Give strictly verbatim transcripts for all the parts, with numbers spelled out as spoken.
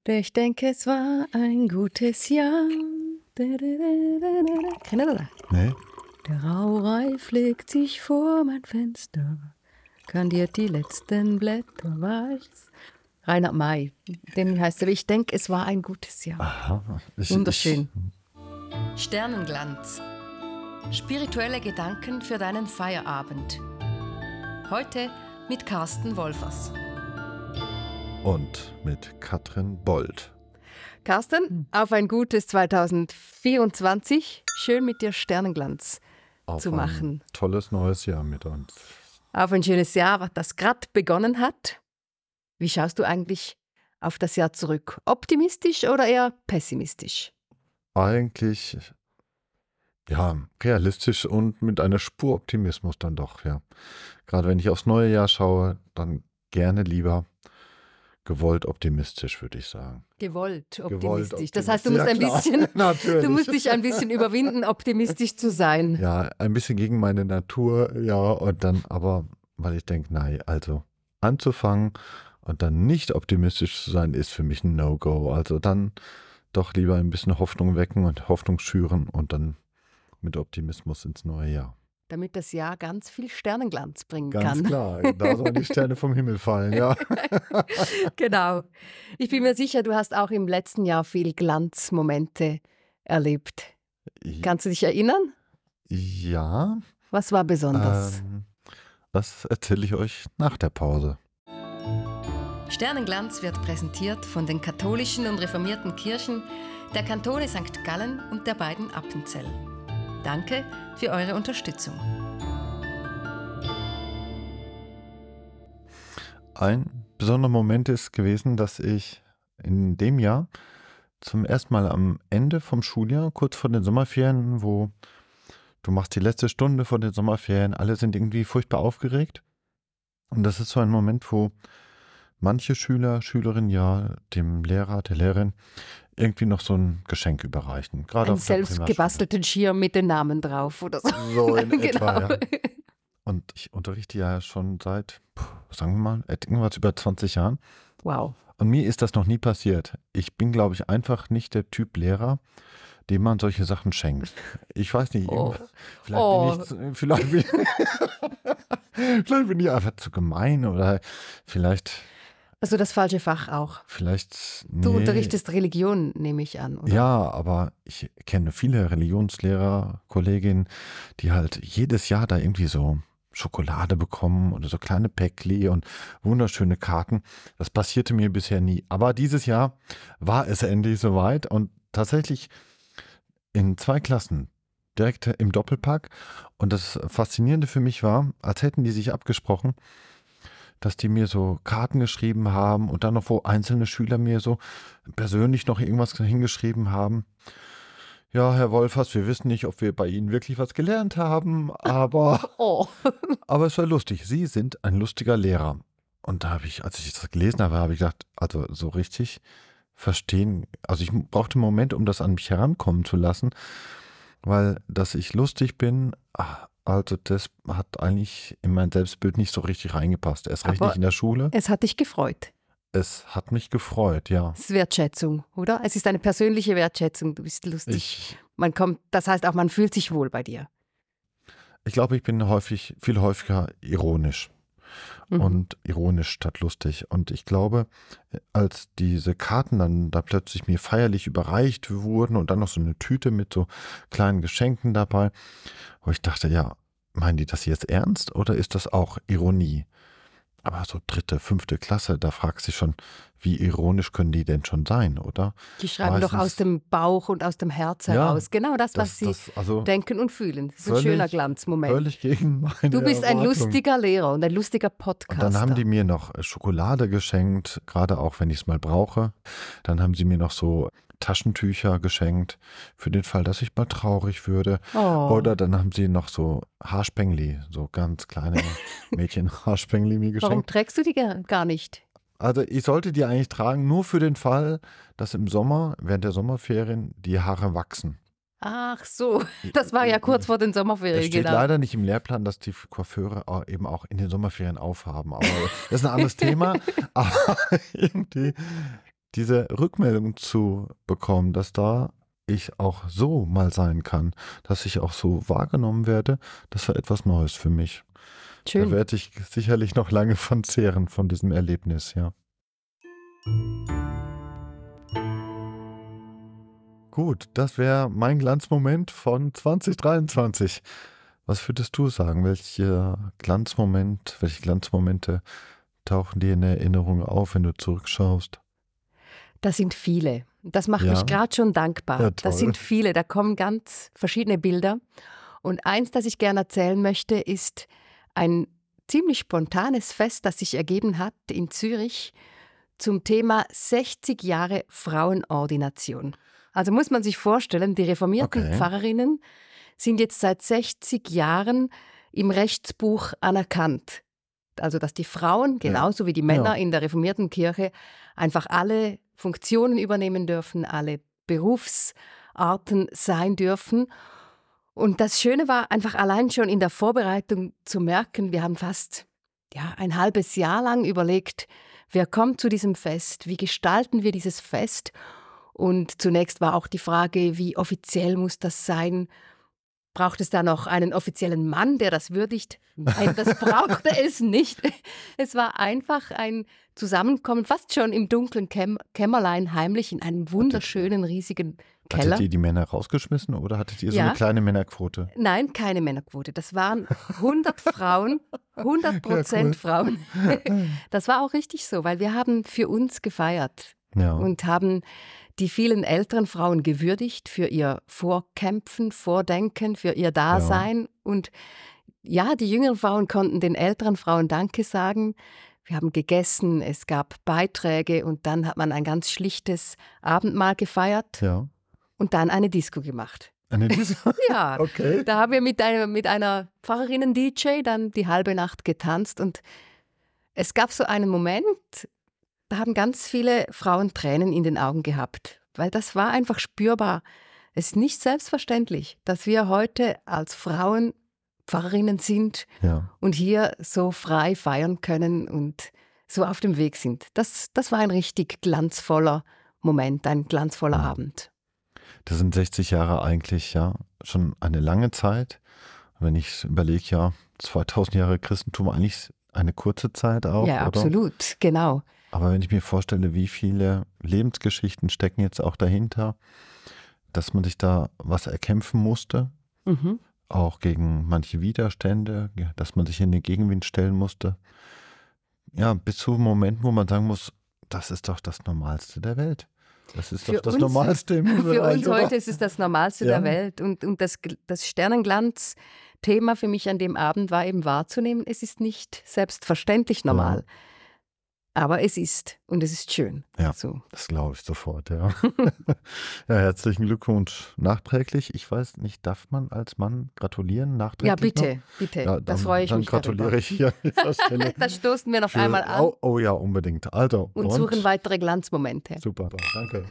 Ich denke, es war ein gutes Jahr. Kennt ihr das? Nee? Der Raureif legt sich vor mein Fenster, kandiert die letzten Blätter weiß. Reinhard May, dem heißt er, ich denke, es war ein gutes Jahr. Aha. Ich, Wunderschön. Ich, Sternenglanz. Spirituelle Gedanken für deinen Feierabend. Heute mit Carsten Wolfers. und mit Katrin Bold. Carsten, auf ein gutes zwanzig vierundzwanzig. Schön mit dir Sternenglanz Auf zu machen. Ein tolles neues Jahr mit uns. Auf ein schönes Jahr, das gerade begonnen hat. Wie schaust du eigentlich auf das Jahr zurück? Optimistisch oder eher pessimistisch? Eigentlich, ja, realistisch und mit einer Spur Optimismus dann doch, ja. Gerade wenn ich aufs neue Jahr schaue, dann gerne lieber gewollt optimistisch, würde ich sagen. Gewollt optimistisch. Gewollt Das heißt, du musst, ja, ein klar. bisschen, Natürlich. du musst dich ein bisschen überwinden, optimistisch zu sein. Ja, ein bisschen gegen meine Natur, ja, und dann aber, weil ich denke, nein, also anzufangen und dann nicht optimistisch zu sein, ist für mich ein No-Go. Also dann doch lieber ein bisschen Hoffnung wecken und Hoffnung schüren und dann mit Optimismus ins neue Jahr. Damit das Jahr ganz viel Sternenglanz bringen Ganz kann. klar, da sollen die Sterne vom Himmel fallen, ja. Genau. Ich bin mir sicher, du hast auch im letzten Jahr viel Glanzmomente erlebt. Kannst du dich erinnern? Ja. Was war besonders? Ähm, das erzähle ich euch nach der Pause. Sternenglanz wird präsentiert von den katholischen und reformierten Kirchen der Kantone Sankt Gallen und der beiden Appenzell. Danke für eure Unterstützung. Ein besonderer Moment ist gewesen, dass ich in dem Jahr zum ersten Mal am Ende vom Schuljahr, kurz vor den Sommerferien, wo du machst die letzte Stunde vor den Sommerferien, alle sind irgendwie furchtbar aufgeregt. Und das ist so ein Moment, wo manche Schüler, Schülerinnen ja dem Lehrer, der Lehrerin irgendwie noch so ein Geschenk überreichen. Gerade Einen auf der selbst gebastelten Schirm mit den Namen drauf oder so. So in etwa, Genau. ja. Und ich unterrichte ja schon seit, puh, sagen wir mal, irgendwas über zwanzig Jahren. Wow. Und mir ist das noch nie passiert. Ich bin, glaube ich, einfach nicht der Typ Lehrer, dem man solche Sachen schenkt. Ich weiß nicht, Oh. vielleicht, Oh. bin ich, vielleicht, bin, vielleicht bin ich einfach zu gemein oder vielleicht, Also das falsche Fach auch. vielleicht, Du nee. unterrichtest Religion, nehme ich an, oder? Ja, aber ich kenne viele Religionslehrer, Kolleginnen, die halt jedes Jahr da irgendwie so Schokolade bekommen oder so kleine Päckli und wunderschöne Karten. Das passierte mir bisher nie. Aber dieses Jahr war es endlich soweit und tatsächlich in zwei Klassen, direkt im Doppelpack. Und das Faszinierende für mich war, als hätten die sich abgesprochen, dass die mir so Karten geschrieben haben und dann noch, wo einzelne Schüler mir so persönlich noch irgendwas hingeschrieben haben. Ja, Herr Wolfers, wir wissen nicht, ob wir bei Ihnen wirklich was gelernt haben, aber, Oh. aber es war lustig. Sie sind ein lustiger Lehrer. Und da habe ich, als ich das gelesen habe, habe ich gedacht, also so richtig verstehen, also ich brauchte einen Moment, um das an mich herankommen zu lassen, weil, dass ich lustig bin, ah, also das hat eigentlich in mein Selbstbild nicht so richtig reingepasst. Erst recht Aber nicht in der Schule. Es hat dich gefreut. Es hat mich gefreut, ja. Das ist Wertschätzung, oder? Es ist eine persönliche Wertschätzung. Du bist lustig. Ich, Man kommt, das heißt auch, man fühlt sich wohl bei dir. ich glaube, ich bin häufig, viel häufiger ironisch. Mhm. Und ironisch statt lustig. Und ich glaube, als diese Karten dann da plötzlich mir feierlich überreicht wurden und dann noch so eine Tüte mit so kleinen Geschenken dabei, wo ich dachte, ja, meinen die das jetzt ernst oder ist das auch Ironie? Aber so dritte, fünfte Klasse, da fragst du dich schon, wie ironisch können die denn schon sein, oder? Die schreiben doch Meistens- aus dem Bauch und aus dem Herz Ja, heraus. Genau das, was Das, sie das, also denken und fühlen. Das ist ein völlig- schöner Glanzmoment. völlig gegen meine Du bist ein Erwartung. lustiger Lehrer und ein lustiger Und Podcaster. dann haben die mir noch Schokolade geschenkt, gerade auch wenn ich es mal brauche. Dann haben sie mir noch so Taschentücher geschenkt, für den Fall, dass ich mal traurig würde. oh. Oder dann haben sie noch so Haarspengli, so ganz kleine Mädchen-Haarspengli mir Warum geschenkt. trägst du die gar gar nicht? Also ich sollte die eigentlich tragen, nur für den Fall, dass im Sommer, während der Sommerferien, die Haare wachsen. Ach so, das war ja kurz vor den Es Sommerferien, steht genau. leider nicht im Lehrplan, dass die Coiffeure auch eben auch in den Sommerferien aufhaben. Aber das ist ein anderes Thema. Aber irgendwie, diese Rückmeldung zu bekommen, dass da ich auch so mal sein kann, dass ich auch so wahrgenommen werde, das war etwas Neues für mich. Da Schön. werde ich sicherlich noch lange von zehren, von diesem Erlebnis, ja. Gut, das wäre mein Glanzmoment von zwanzig dreiundzwanzig. Was würdest du sagen? Welche Glanzmoment, welche Glanzmomente tauchen dir in Erinnerung auf, wenn du zurückschaust? Das sind viele. Das macht Ja, mich gerade schon dankbar. ja, Das toll. sind viele, da kommen ganz verschiedene Bilder. Und eins, das ich gerne erzählen möchte, ist ein ziemlich spontanes Fest, das sich ergeben hat in Zürich zum Thema sechzig Jahre Frauenordination. Also muss man sich vorstellen, die reformierten Okay, Pfarrerinnen sind jetzt seit sechzig Jahren im Rechtsbuch anerkannt. Also dass die Frauen ja, genauso wie die ja, Männer in der reformierten Kirche einfach alle Funktionen übernehmen dürfen, alle Berufsarten sein dürfen. Und das Schöne war einfach allein schon in der Vorbereitung zu merken, wir haben fast ja, ein halbes Jahr lang überlegt, wer kommt zu diesem Fest, wie gestalten wir dieses Fest. Und zunächst war auch die Frage, wie offiziell muss das sein? Braucht es da noch einen offiziellen Mann, der das würdigt? Nein, das brauchte es nicht. Es war einfach ein Zusammenkommen, fast schon im dunklen Käm Kämmerlein, heimlich in einem Hattet, wunderschönen, riesigen hattet Keller. ihr die Männer rausgeschmissen oder hattet ihr so eine Ja, kleine Männerquote? nein, keine Männerquote. Das waren hundert Frauen, hundert Ja, Prozent cool. Frauen. Das war auch richtig so, weil wir haben für uns gefeiert Ja, und haben die vielen älteren Frauen gewürdigt für ihr Vorkämpfen, Vordenken, für ihr ja, Dasein. Und ja, die jüngeren Frauen konnten den älteren Frauen Danke sagen. Wir haben gegessen, es gab Beiträge und dann hat man ein ganz schlichtes Abendmahl gefeiert ja. und dann eine Disco gemacht. Eine Dis Ja, Okay. da haben wir mit einer, mit einer Pfarrerinnen-D J dann die halbe Nacht getanzt und es gab so einen Moment, da haben ganz viele Frauen Tränen in den Augen gehabt, weil das war einfach spürbar. Es ist nicht selbstverständlich, dass wir heute als Frauen Pfarrerinnen sind Ja. und hier so frei feiern können und so auf dem Weg sind. Das, das war ein richtig glanzvoller Moment, ein glanzvoller Hm. Abend. Das sind sechzig Jahre eigentlich ja schon eine lange Zeit. Wenn ich überlege, ja, zweitausend Jahre Christentum eigentlich eine kurze Zeit auch, Ja, oder? absolut, genau. Aber wenn ich mir vorstelle, wie viele Lebensgeschichten stecken jetzt auch dahinter, dass man sich da was erkämpfen musste, Mhm. auch gegen manche Widerstände, ja, dass man sich in den Gegenwind stellen musste. Ja, bis zu Momenten, wo man sagen muss, das ist doch das Normalste der Welt. Das ist doch Für das uns, Normalste im für Bereich, uns oder? heute ist es das Normalste der Ja, Welt. Und, und das, Gl- das Sternenglanz-Thema für mich an dem Abend war eben wahrzunehmen, es ist nicht selbstverständlich ja, normal, aber es ist und es ist schön. ja, So. das glaube ich sofort, ja. Ja, herzlichen Glückwunsch nachträglich. Ich weiß nicht, darf man als Mann gratulieren Ja, nachträglich noch? bitte, bitte, Ja, das dann, freue ich dann mich gratuliere darüber. ich hier an dieser Stelle. Da stoßen wir noch Für, einmal an oh, oh ja, unbedingt. Also, und suchen und weitere Glanzmomente. super, danke.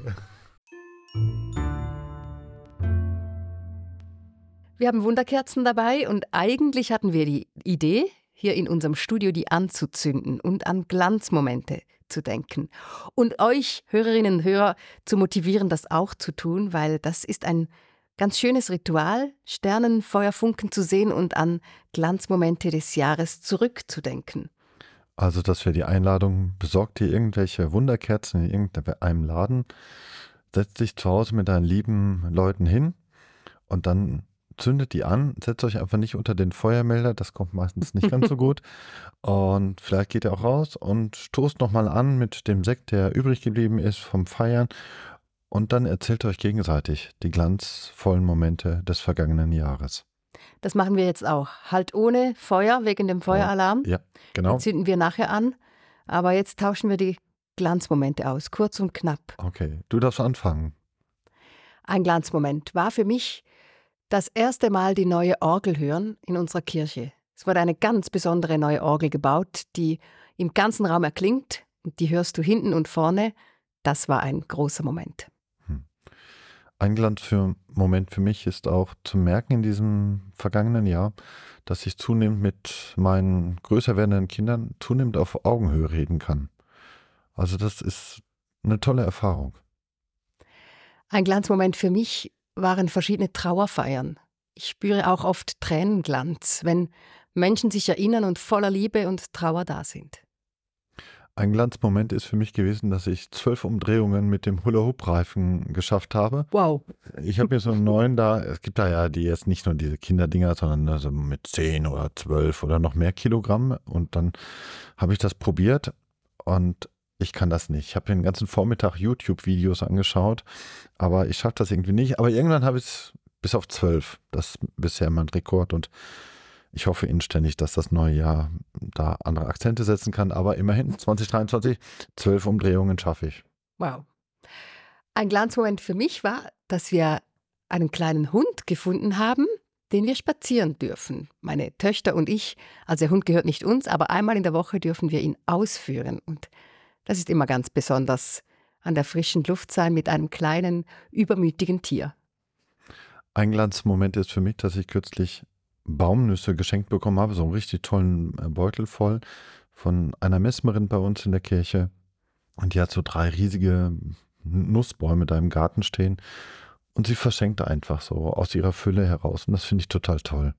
Wir haben Wunderkerzen dabei und eigentlich hatten wir die Idee, hier in unserem Studio die anzuzünden und an Glanzmomente zu denken. Und euch, Hörerinnen und Hörer, zu motivieren, das auch zu tun, weil das ist ein ganz schönes Ritual, Sternenfeuerfunken zu sehen und an Glanzmomente des Jahres zurückzudenken. Also, das wäre die Einladung. Besorg dir irgendwelche Wunderkerzen in irgendeinem Laden, setz dich zu Hause mit deinen lieben Leuten hin und dann zündet die an, setzt euch einfach nicht unter den Feuermelder, das kommt meistens nicht ganz so gut. Und vielleicht geht ihr auch raus und stoßt nochmal an mit dem Sekt, der übrig geblieben ist vom Feiern. Und dann erzählt euch gegenseitig die glanzvollen Momente des vergangenen Jahres. Das machen wir jetzt auch. Halt ohne Feuer wegen dem Oh, Feueralarm. ja, Den genau. zünden wir nachher an. Aber jetzt tauschen wir die Glanzmomente aus, kurz und knapp. Okay, du darfst anfangen. Ein Glanzmoment war für mich das erste Mal die neue Orgel hören in unserer Kirche. Es wurde eine ganz besondere neue Orgel gebaut, die im ganzen Raum erklingt. Und die hörst du hinten und vorne. Das war ein großer Moment. Hm. Ein Glanzmoment für mich ist auch zu merken in diesem vergangenen Jahr, dass ich zunehmend mit meinen größer werdenden Kindern zunehmend auf Augenhöhe reden kann. Also das ist eine tolle Erfahrung. Ein Glanzmoment für mich waren verschiedene Trauerfeiern. Ich spüre auch oft Tränenglanz, wenn Menschen sich erinnern und voller Liebe und Trauer da sind. Ein Glanzmoment ist für mich gewesen, dass ich zwölf Umdrehungen mit dem Hula-Hoop-Reifen geschafft habe. Wow. Ich habe mir so einen neuen da, es gibt da ja die jetzt nicht nur diese Kinderdinger, sondern also mit zehn oder zwölf oder noch mehr Kilogramm. Und dann habe ich das probiert und ich kann das nicht. Ich habe den ganzen Vormittag YouTube-Videos angeschaut, aber ich schaffe das irgendwie nicht. Aber irgendwann habe ich es bis auf zwölf. Das ist bisher mein Rekord und ich hoffe inständig, dass das neue Jahr da andere Akzente setzen kann. Aber immerhin, zwanzig dreiundzwanzig, zwölf Umdrehungen schaffe ich. Wow. Ein Glanzmoment für mich war, dass wir einen kleinen Hund gefunden haben, den wir spazieren dürfen. Meine Töchter und ich, also der Hund gehört nicht uns, aber einmal in der Woche dürfen wir ihn ausführen. Und das ist immer ganz besonders, an der frischen Luft sein mit einem kleinen, übermütigen Tier. Ein Glanzmoment ist für mich, dass ich kürzlich Baumnüsse geschenkt bekommen habe, so einen richtig tollen Beutel voll von einer Messmerin bei uns in der Kirche. Und die hat so drei riesige Nussbäume da im Garten stehen. Und sie verschenkt einfach so aus ihrer Fülle heraus. Und das finde ich total toll.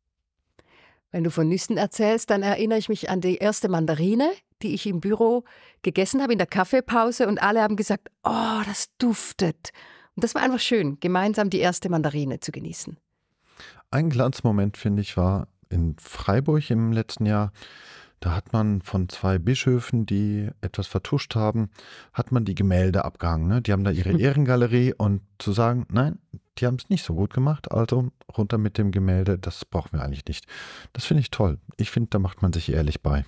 Wenn du von Nüssen erzählst, dann erinnere ich mich an die erste Mandarine, die ich im Büro gegessen habe in der Kaffeepause. Und alle haben gesagt, oh, das duftet. Und das war einfach schön, gemeinsam die erste Mandarine zu genießen. Ein Glanzmoment, finde ich, war in Freiburg im letzten Jahr. Da hat man von zwei Bischöfen, die etwas vertuscht haben, hat man die Gemälde abgehangen. Ne? Die haben da ihre Ehrengalerie und zu sagen, nein, die haben es nicht so gut gemacht, also runter mit dem Gemälde, das brauchen wir eigentlich nicht. Das finde ich toll. Ich finde, da macht man sich ehrlich bei.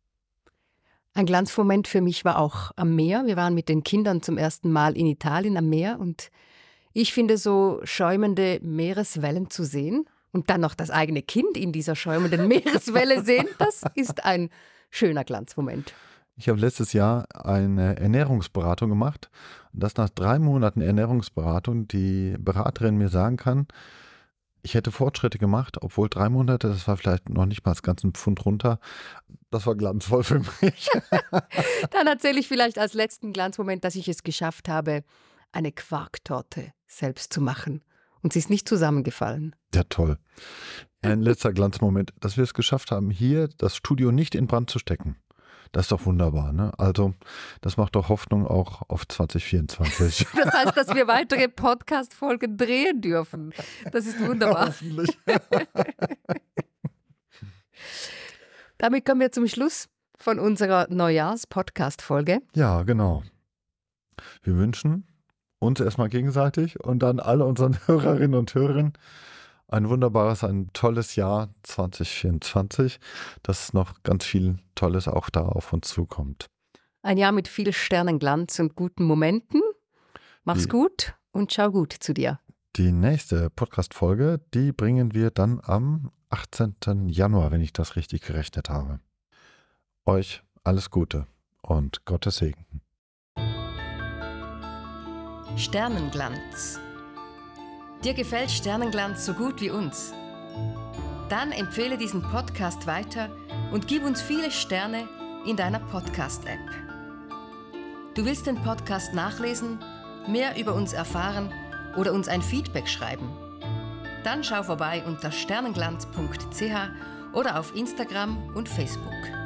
Ein Glanzmoment für mich war auch am Meer. Wir waren mit den Kindern zum ersten Mal in Italien am Meer und ich finde, so schäumende Meereswellen zu sehen und dann noch das eigene Kind in dieser schäumenden Meereswelle sehen, das ist ein schöner Glanzmoment. Ich habe letztes Jahr eine Ernährungsberatung gemacht und dass nach drei Monaten Ernährungsberatung die Beraterin mir sagen kann, ich hätte Fortschritte gemacht, obwohl drei Monate, das war vielleicht noch nicht mal das ganze Pfund runter, das war glanzvoll für mich. Dann erzähle ich vielleicht als letzten Glanzmoment, dass ich es geschafft habe, eine Quarktorte selbst zu machen. Und sie ist nicht zusammengefallen. Ja, toll. Ein letzter Glanzmoment, dass wir es geschafft haben, hier das Studio nicht in Brand zu stecken. Das ist doch wunderbar, ne? Also, das macht doch Hoffnung auch auf zwanzig vierundzwanzig. Das heißt, dass wir weitere Podcast-Folgen drehen dürfen. Das ist wunderbar. Hoffentlich. Damit kommen wir zum Schluss von unserer Neujahrs-Podcast-Folge. Ja, genau. Wir wünschen uns erstmal gegenseitig und dann alle unseren Hörerinnen und Hörern ein wunderbares, ein tolles Jahr zwanzig vierundzwanzig, dass noch ganz viel Tolles auch da auf uns zukommt. Ein Jahr mit viel Sternenglanz und guten Momenten. Mach's die, gut und schau gut zu dir. Die nächste Podcast-Folge, die bringen wir dann am achtzehnten Januar, wenn ich das richtig gerechnet habe. Euch alles Gute und Gottes Segen. Sternenglanz. Dir gefällt Sternenglanz so gut wie uns? Dann empfehle diesen Podcast weiter und gib uns viele Sterne in deiner Podcast-App. Du willst den Podcast nachlesen, mehr über uns erfahren oder uns ein Feedback schreiben? Dann schau vorbei unter sternenglanz punkt c h oder auf Instagram und Facebook.